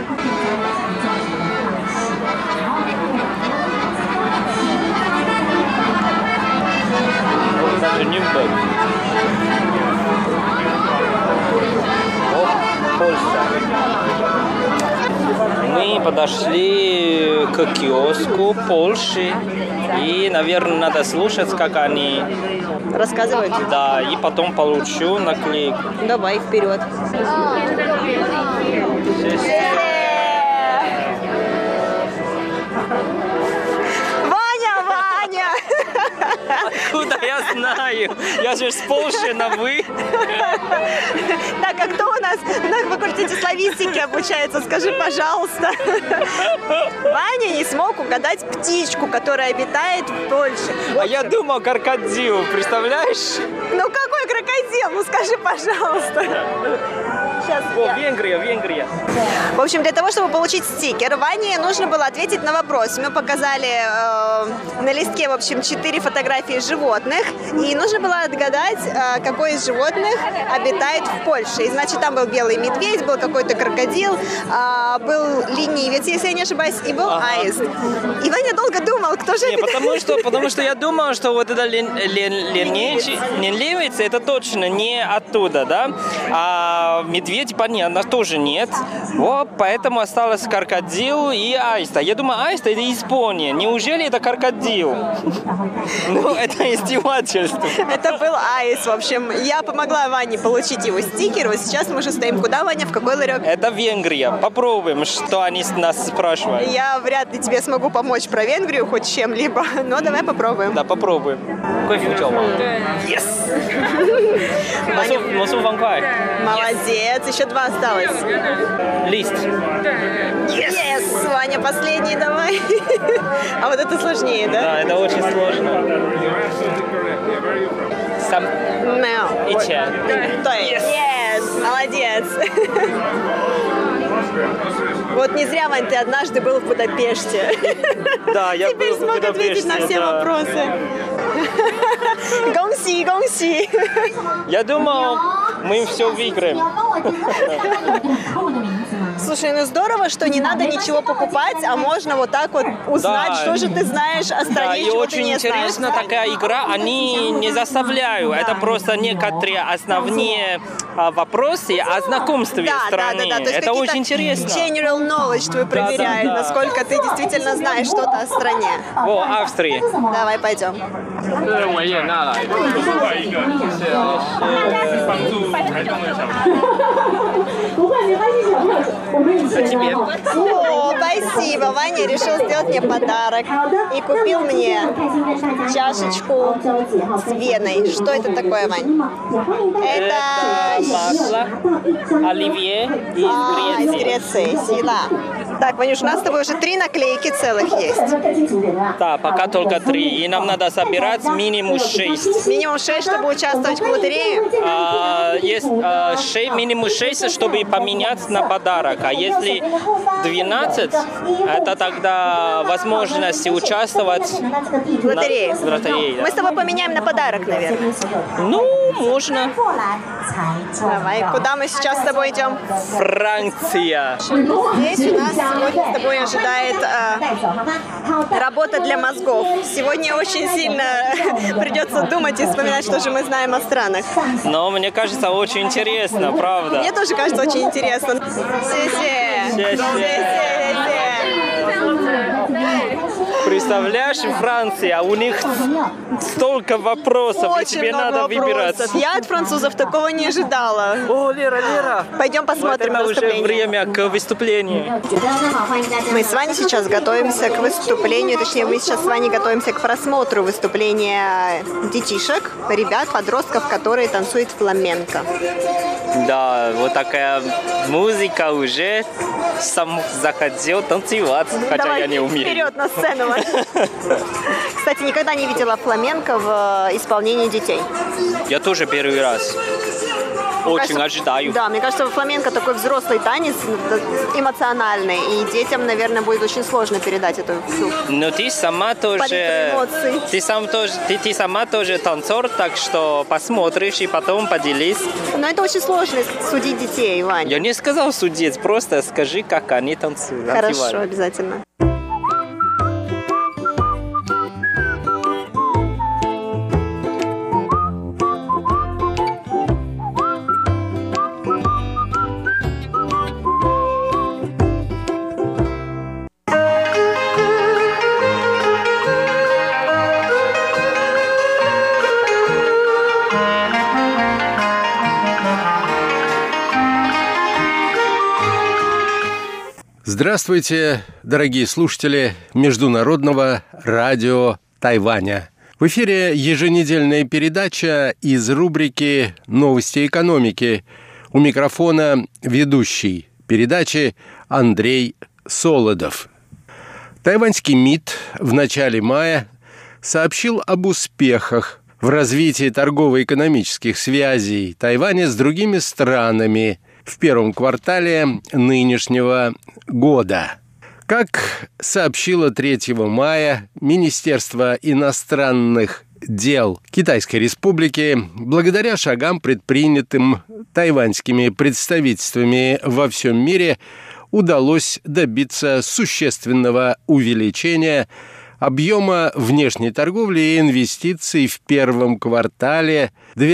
Даже Нюрнберг. Польша. Мы подошли к киоску Польши. И, наверное, надо слушать, как они рассказывают. Да, и потом получу наклейку. Давай, вперед. Ваня! Откуда я знаю? Я же с Польши на «вы». Так, а кто у нас на факультете славистики обучается? Скажи, пожалуйста. Ваня не смог угадать птичку, которая обитает в Польше. А я думал, крокодил, представляешь? Ну какой крокодил? Ну скажи, пожалуйста. Сейчас Венгрия. В общем, для того, чтобы получить стикер, Ване нужно было ответить на вопрос. Мы показали на листке, в общем, 4 фотографии животных, и нужно было отгадать, какой из животных обитает в Польше. И, значит, там был белый медведь, был какой-то крокодил, был ленивец, если я не ошибаюсь, и был аист. И Ваня долго думал, кто же это. Потому что я думал, что вот это ленивец, это точно не оттуда, да? А медведь, понятно, тоже нет. Вот, поэтому осталось крокодил и аист. Я думаю, аист это Япония. Неужели это крокодил? Ну, это издевательство. Это был аист, в общем. Я помогла Ване получить его стикер. Вот сейчас мы уже стоим. Куда, Ваня? В какой ларек? Это Венгрия. Попробуем, что они нас спрашивают. Я вряд ли тебе смогу помочь про Венгрию хоть чем-либо, но давай попробуем. Да, попробуем. Yes! Молодец, еще 2 осталось. Лист. Yes! Ваня, последний давай. А вот это сложнее, да? Да, это очень сложно. Ича. Yes! Молодец! Вот не зря, Вань, ты однажды был в Будапеште. Да, я теперь был в смог ответить на все вопросы. Гонси. Я думал, мы все выиграем. Слушай, ну здорово, что не надо ничего покупать, а можно вот так вот узнать, Да. что же ты знаешь о стране, Да, и чего ты очень не интересно знаешь. такая игра, они не заставляют. Это просто некоторые основные вопросы о знакомстве страны. То есть это очень интересно. General knowledge твой проверяет, да. насколько ты действительно знаешь что-то о стране. О, Австрия. Давай пойдем. О, спасибо. Ваня решил сделать мне подарок и купил мне чашечку с веной. Что это такое, Вань? Это масло оливье из Греции. Сила. Так, Ванюш, у нас с тобой уже 3 наклейки целых есть. Да, пока только 3. И нам надо собирать минимум 6. Минимум 6, чтобы участвовать в лотерее? Есть минимум 6, чтобы поменять на подарок. А если 12, это тогда возможность участвовать в лотерее. Да. Мы с тобой поменяем на подарок, наверное. Ну, можно. Давай, куда мы сейчас с тобой идем? Франция. Здесь у нас сегодня с тобой ожидает работа для мозгов. Сегодня очень сильно придется думать и вспоминать, что же мы знаем о странах. Но мне кажется, очень интересно, правда. Мне тоже кажется очень интересно. Представляешь, Франция, у них столько вопросов, и тебе надо выбирать. Я от французов такого не ожидала. О, Лера. Пойдем посмотрим вот это выступление. уже время к выступлению. Мы с Ваней сейчас готовимся к выступлению, точнее, мы сейчас с Ваней готовимся к просмотру выступления детишек, ребят, подростков, которые танцуют фламенко. Да, вот такая музыка уже сам захотел танцевать, хотя Давай, я не умею. вперед на сцену. Кстати, никогда не видела фламенко в исполнении детей. Я тоже первый раз. Очень ожидаю. Да, мне кажется, фламенко такой взрослый танец, эмоциональный, и детям, наверное, будет очень сложно передать эту всю. Но ты сама тоже, ты сама тоже танцор, так что посмотришь и потом поделись. Но это очень сложно судить детей, Вань. Я не сказал судить, просто скажи, как они танцуют. Хорошо, обязательно. Здравствуйте, дорогие слушатели Международного радио Тайваня. В эфире еженедельная передача из рубрики «Новости экономики». У микрофона ведущий передачи Андрей Солодов. Тайваньский МИД в начале мая сообщил об успехах в развитии торгово-экономических связей Тайваня с другими странами в первом квартале нынешнего года. Как сообщило 3 мая Министерство иностранных дел Китайской Республики, благодаря шагам, предпринятым тайваньскими представительствами во всем мире, удалось добиться существенного увеличения объема внешней торговли и инвестиций в первом квартале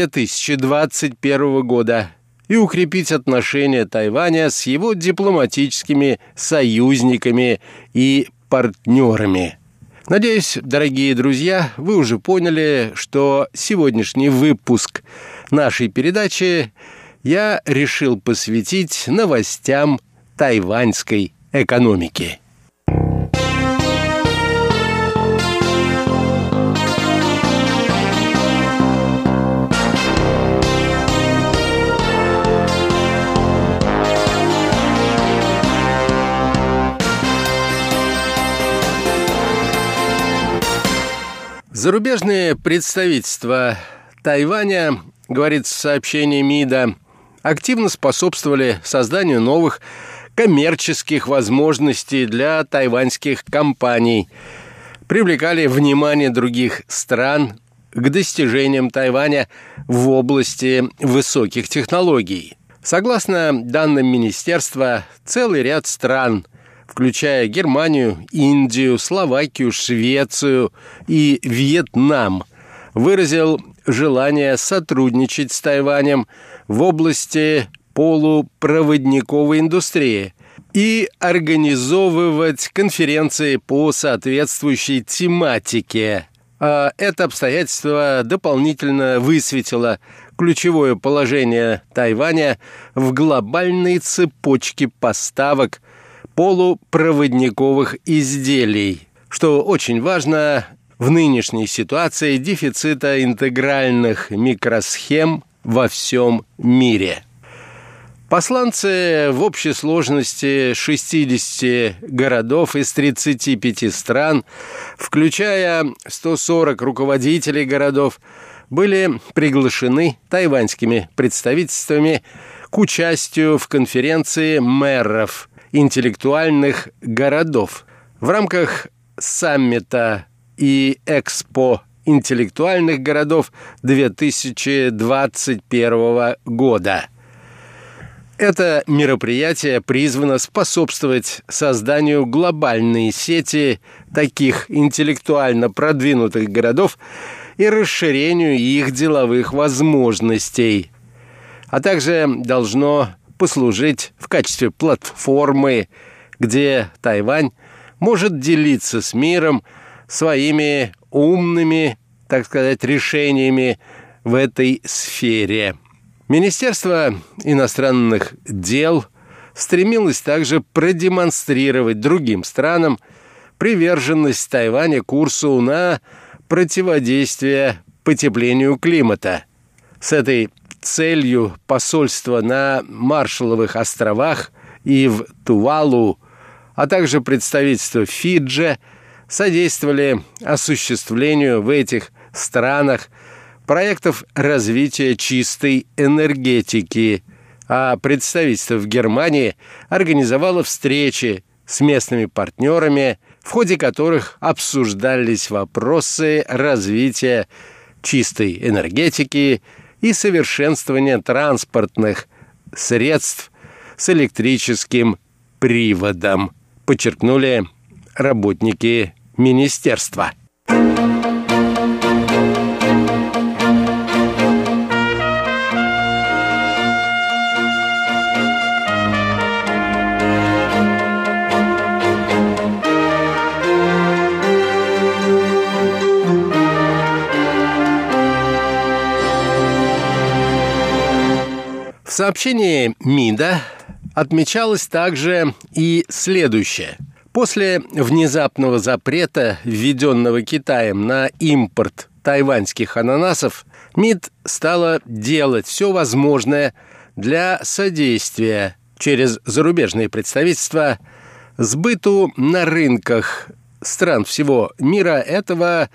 2021 года и укрепить отношения Тайваня с его дипломатическими союзниками и партнерами. Надеюсь, дорогие друзья, вы уже поняли, что сегодняшний выпуск нашей передачи я решил посвятить новостям тайваньской экономики. Зарубежные представительства Тайваня, говорится в сообщении МИДа, активно способствовали созданию новых коммерческих возможностей для тайваньских компаний, привлекали внимание других стран к достижениям Тайваня в области высоких технологий. Согласно данным министерства, целый ряд стран, включая Германию, Индию, Словакию, Швецию и Вьетнам, выразил желание сотрудничать с Тайванем в области полупроводниковой индустрии и организовывать конференции по соответствующей тематике. А это обстоятельство дополнительно высветило ключевое положение Тайваня в глобальной цепочке поставок полупроводниковых изделий, что очень важно в нынешней ситуации дефицита интегральных микросхем во всем мире. Посланцы в общей сложности 60 городов из 35 стран, включая 140 руководителей городов, были приглашены тайваньскими представительствами к участию в конференции мэров интеллектуальных городов в рамках саммита и Экспо интеллектуальных городов 2021 года. Это мероприятие призвано способствовать созданию глобальной сети таких интеллектуально продвинутых городов и расширению их деловых возможностей, а также должно послужить в качестве платформы, где Тайвань может делиться с миром своими умными, так сказать, решениями в этой сфере. Министерство иностранных дел стремилось также продемонстрировать другим странам приверженность Тайваня курсу на противодействие потеплению климата. С этой целью посольства на Маршалловых островах и в Тувалу, а также представительство Фиджи содействовали осуществлению в этих странах проектов развития чистой энергетики, а представительство в Германии организовало встречи с местными партнерами, в ходе которых обсуждались вопросы развития чистой энергетики и совершенствования транспортных средств с электрическим приводом, подчеркнули работники министерства. В сообщении МИДа отмечалось также и следующее. После внезапного запрета, введенного Китаем на импорт тайваньских ананасов, МИД стала делать все возможное для содействия через зарубежные представительства сбыту на рынках стран всего мира этого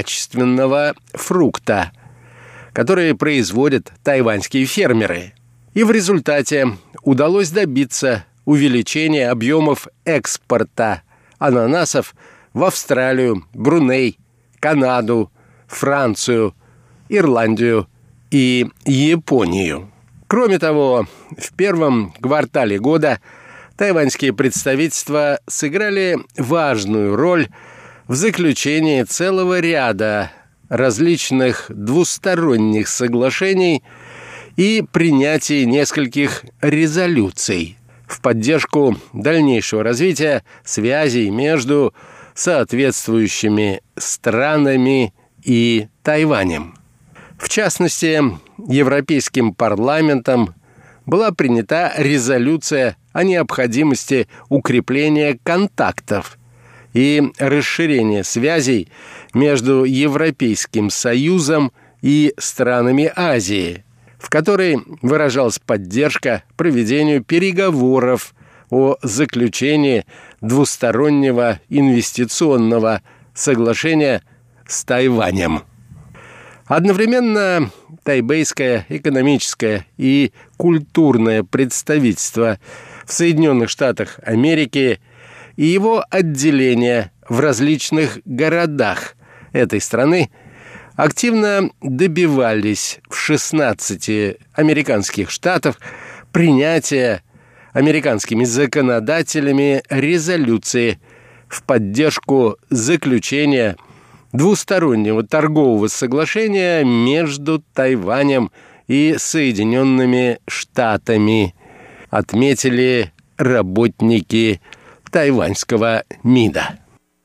высококачественного фрукта, которые производят тайваньские фермеры. И в результате удалось добиться увеличения объемов экспорта ананасов в Австралию, Бруней, Канаду, Францию, Ирландию и Японию. Кроме того, в первом квартале года тайваньские представительства сыграли важную роль в заключении целого ряда различных двусторонних соглашений и принятии нескольких резолюций в поддержку дальнейшего развития связей между соответствующими странами и Тайванем. В частности, Европейским парламентом была принята резолюция о необходимости укрепления контактов и расширения связей между Европейским Союзом и странами Азии, в которой выражалась поддержка проведению переговоров о заключении двустороннего инвестиционного соглашения с Тайванем. Одновременно тайбэйское экономическое и культурное представительство в Соединенных Штатах Америки и его отделения в различных городах этой страны активно добивались в 16 американских штатах принятия американскими законодателями резолюции в поддержку заключения двустороннего торгового соглашения между Тайванем и Соединенными Штатами, отметили работники тайваньского МИДа.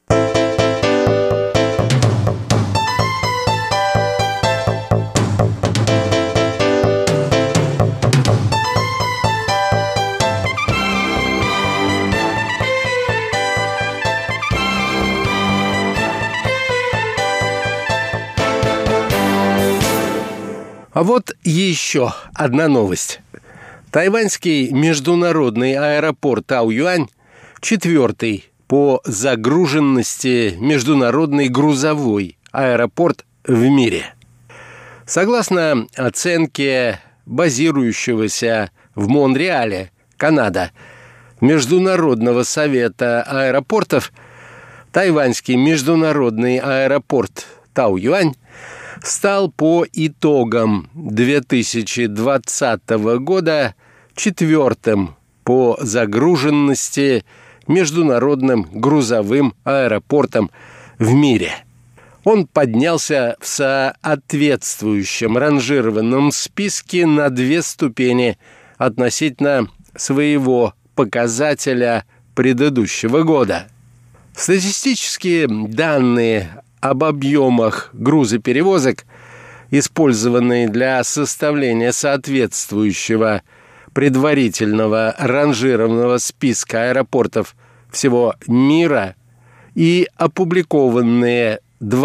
А вот еще одна новость. Тайваньский международный аэропорт Таоюань – 4-й по загруженности международный грузовой аэропорт в мире. Согласно оценке базирующегося в Монреале, Канада, Международного совета аэропортов, тайваньский международный аэропорт Таоюань стал по итогам 2020 года 4-м по загруженности международным грузовым аэропортом в мире. Он поднялся в соответствующем ранжированном списке на 2 ступени относительно своего показателя предыдущего года. Статистические данные об объемах грузоперевозок, использованные для составления соответствующего предварительного ранжированного списка аэропортов всего мира и опубликованные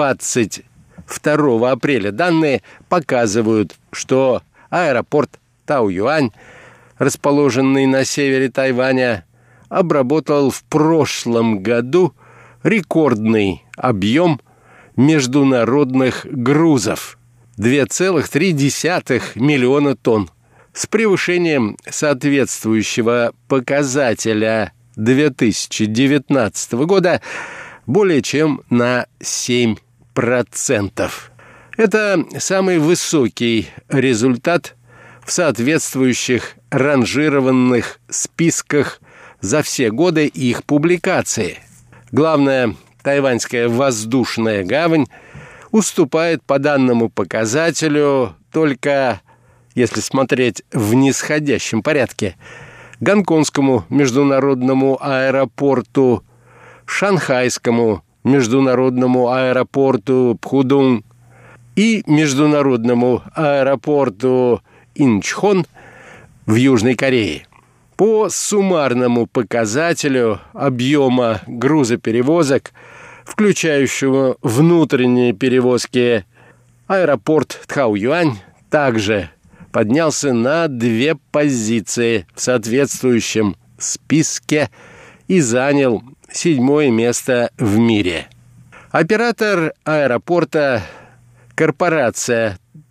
22 апреля данные показывают, что аэропорт Таоюань, расположенный на севере Тайваня, обработал в прошлом году рекордный объем международных грузов – 2,3 миллиона тонн, с превышением соответствующего показателя 2019 года более чем на 7%. Это самый высокий результат в соответствующих ранжированных списках за все годы их публикации. Главное, тайваньская воздушная гавань уступает по данному показателю только, если смотреть в нисходящем порядке, Гонконгскому международному аэропорту, Шанхайскому международному аэропорту Пхудун и международному аэропорту Инчхон в Южной Корее. По суммарному показателю объема грузоперевозок, включающего внутренние перевозки, аэропорт Таоюань также поднялся на 2 позиции в соответствующем списке и занял 7-е место в мире. Оператор аэропорта, корпорация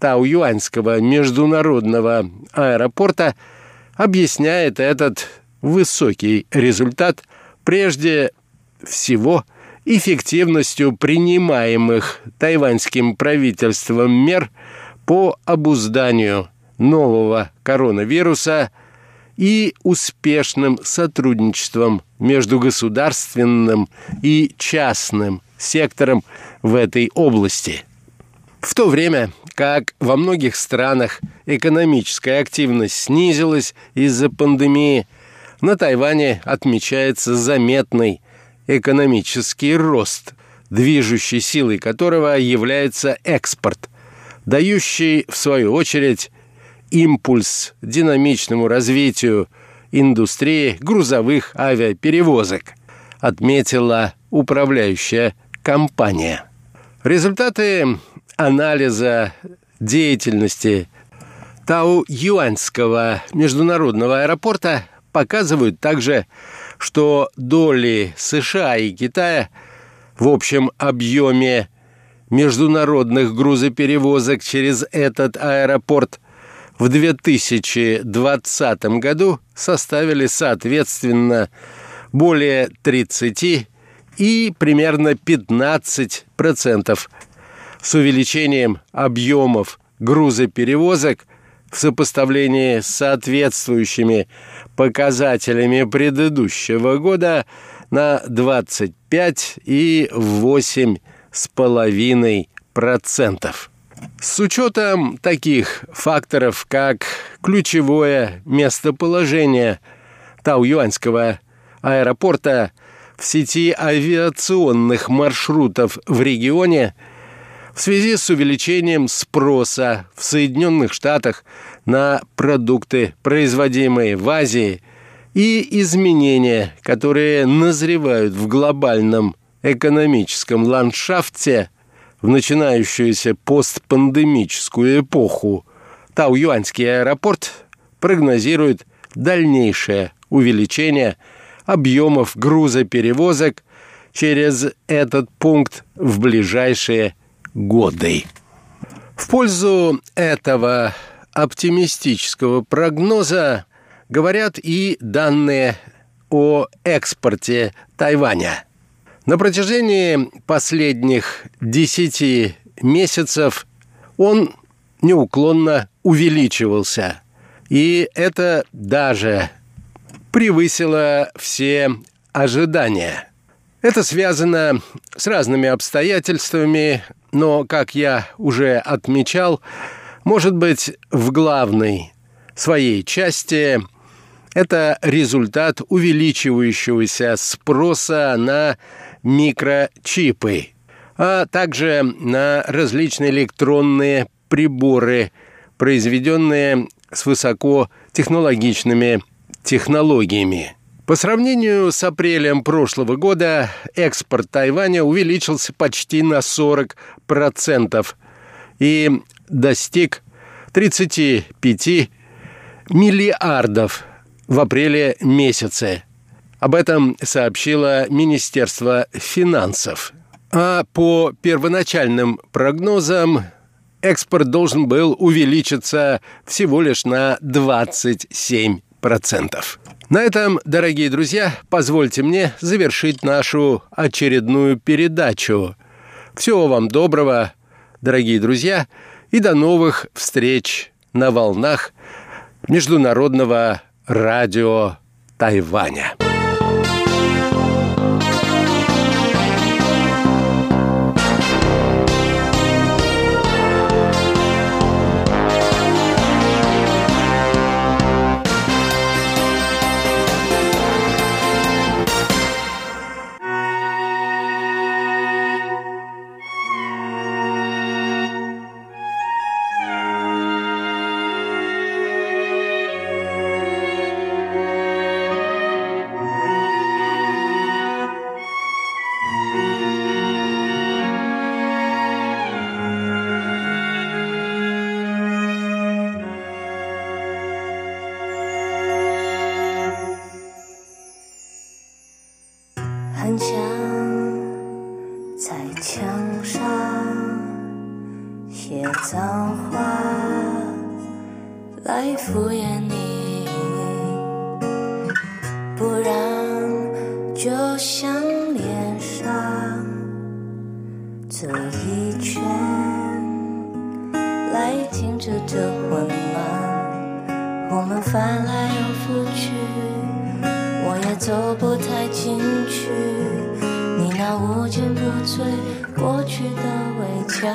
Таоюаньского международного аэропорта объясняет этот высокий результат прежде всего эффективностью принимаемых тайваньским правительством мер по обузданию нового коронавируса и успешным сотрудничеством между государственным и частным сектором в этой области. В то время как во многих странах экономическая активность снизилась из-за пандемии, на Тайване отмечается заметный экономический рост, движущей силой которого является экспорт, дающий, в свою очередь, импульс динамичному развитию индустрии грузовых авиаперевозок, отметила управляющая компания. Результаты анализа деятельности Таоюаньского международного аэропорта показывают также, что доли США и Китая в общем объеме международных грузоперевозок через этот аэропорт в 2020 году составили, соответственно, более 30% и примерно 15%. С увеличением объемов грузоперевозок в сопоставлении с соответствующими показателями предыдущего года на 25,8%. С учетом таких факторов, как ключевое местоположение Таоюаньского аэропорта в сети авиационных маршрутов в регионе, в связи с увеличением спроса в Соединенных Штатах на продукты, производимые в Азии, и изменения, которые назревают в глобальном экономическом ландшафте в начинающуюся постпандемическую эпоху, Таоюаньский аэропорт прогнозирует дальнейшее увеличение объемов грузоперевозок через этот пункт в ближайшие годы. В пользу этого оптимистического прогноза говорят и данные о экспорте Тайваня. На протяжении последних 10 месяцев он неуклонно увеличивался, и это даже превысило все ожидания. Это связано с разными обстоятельствами, но, как я уже отмечал, может быть, в главной своей части это результат увеличивающегося спроса на микрочипы, а также на различные электронные приборы, произведенные с высокотехнологичными технологиями. По сравнению с апрелем прошлого года экспорт Тайваня увеличился почти на 40% и достиг 35 миллиардов в апреле месяце. Об этом сообщило Министерство финансов. А по первоначальным прогнозам экспорт должен был увеличиться всего лишь на 27%. На этом, дорогие друзья, позвольте мне завершить нашу очередную передачу. Всего вам доброго, дорогие друзья, и до новых встреч на волнах Международного радио Тайваня. 在墙上写脏话。 来敷衍你，不然就像脸上这一圈来停止这混乱，我们翻来又覆去，我也走不太进去，你那无坚不摧过去的围墙，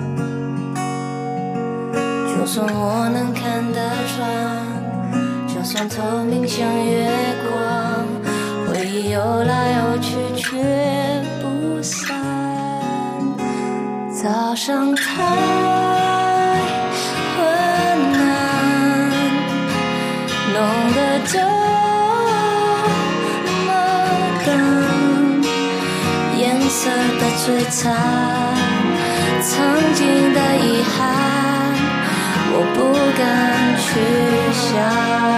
就算我能看得穿，就算透明像月光，回忆游来游去却不散。早上太昏暗，弄得这么淡，颜色的摧残，曾经的遗憾，我不敢去想。